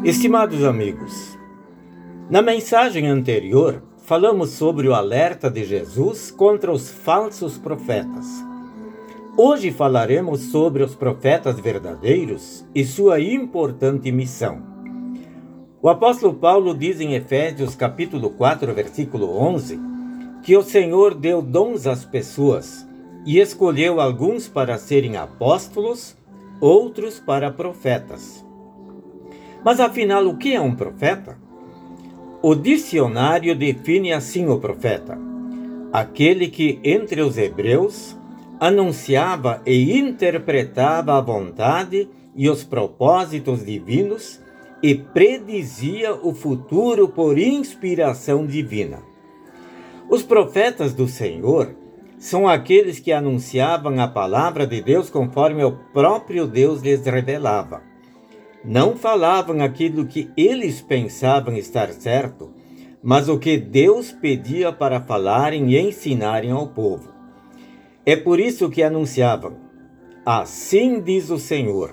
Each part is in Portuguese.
Estimados amigos, na mensagem anterior falamos sobre o alerta de Jesus contra os falsos profetas. Hoje falaremos sobre os profetas verdadeiros e sua importante missão. O apóstolo Paulo diz em Efésios capítulo 4, versículo 11, que o Senhor deu dons às pessoas e escolheu alguns para serem apóstolos, outros para profetas. Mas afinal, o que é um profeta? O dicionário define assim o profeta: aquele que entre os hebreus anunciava e interpretava a vontade e os propósitos divinos e predizia o futuro por inspiração divina. Os profetas do Senhor são aqueles que anunciavam a palavra de Deus conforme o próprio Deus lhes revelava. Não falavam aquilo que eles pensavam estar certo, mas o que Deus pedia para falarem e ensinarem ao povo. É por isso que anunciavam: assim diz o Senhor.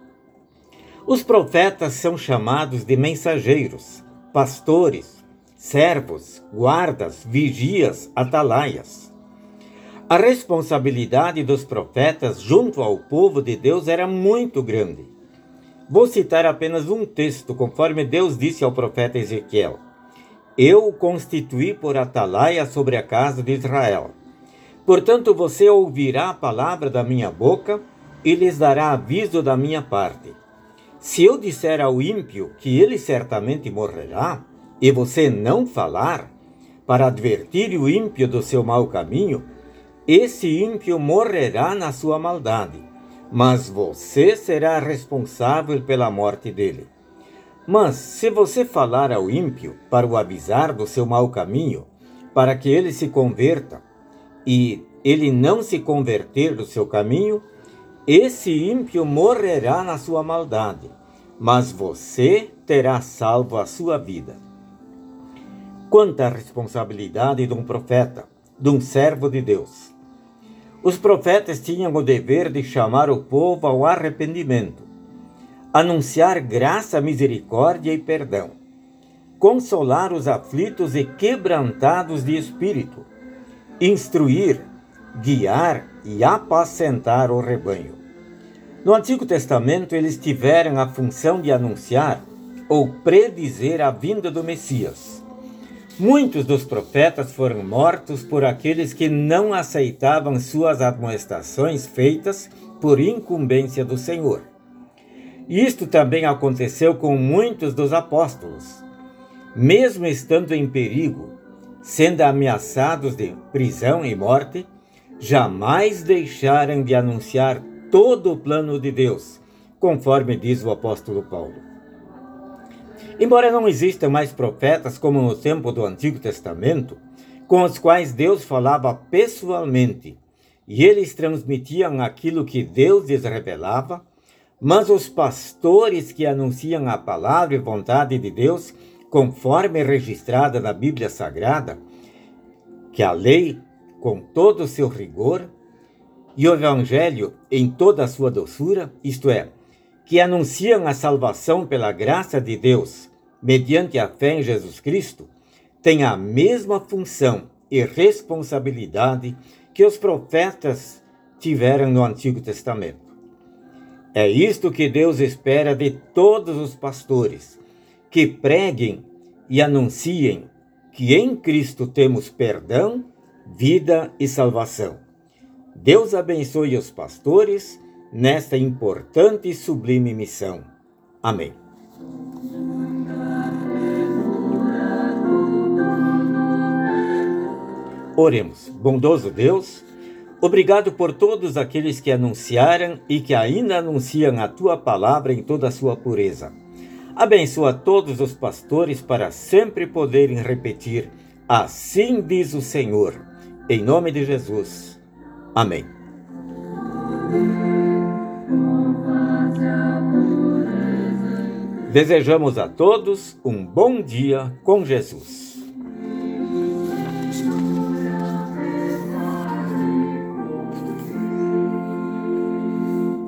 Os profetas são chamados de mensageiros, pastores, servos, guardas, vigias, atalaias. A responsabilidade dos profetas junto ao povo de Deus era muito grande. Vou citar apenas um texto, conforme Deus disse ao profeta Ezequiel: eu o constituí por atalaia sobre a casa de Israel. Portanto, você ouvirá a palavra da minha boca e lhes dará aviso da minha parte. Se eu disser ao ímpio que ele certamente morrerá, e você não falar, para advertir o ímpio do seu mau caminho, esse ímpio morrerá na sua maldade, mas você será responsável pela morte dele. Mas se você falar ao ímpio para o avisar do seu mau caminho, para que ele se converta, e ele não se converter do seu caminho, esse ímpio morrerá na sua maldade, mas você terá salvo a sua vida. Quanta responsabilidade de um profeta, de um servo de Deus! Os profetas tinham o dever de chamar o povo ao arrependimento, anunciar graça, misericórdia e perdão, consolar os aflitos e quebrantados de espírito, instruir, guiar e apacentar o rebanho. No Antigo Testamento, eles tiveram a função de anunciar ou predizer a vinda do Messias. Muitos dos profetas foram mortos por aqueles que não aceitavam suas admoestações feitas por incumbência do Senhor. Isto também aconteceu com muitos dos apóstolos. Mesmo estando em perigo, sendo ameaçados de prisão e morte, jamais deixaram de anunciar todo o plano de Deus, conforme diz o apóstolo Paulo. Embora não existam mais profetas como no tempo do Antigo Testamento, com os quais Deus falava pessoalmente, e eles transmitiam aquilo que Deus lhes revelava, mas os pastores que anunciam a palavra e vontade de Deus, conforme registrada na Bíblia Sagrada, que a lei, com todo o seu rigor, e o Evangelho em toda a sua doçura, isto é, que anunciam a salvação pela graça de Deus, mediante a fé em Jesus Cristo, têm a mesma função e responsabilidade que os profetas tiveram no Antigo Testamento. É isto que Deus espera de todos os pastores, que preguem e anunciem que em Cristo temos perdão, vida e salvação. Deus abençoe os pastores nesta importante e sublime missão. Amém. Oremos. Bondoso Deus, obrigado por todos aqueles que anunciaram e que ainda anunciam a Tua palavra em toda a sua pureza. Abençoa todos os pastores para sempre poderem repetir: assim diz o Senhor. Em nome de Jesus. Amém. Desejamos a todos um bom dia com Jesus.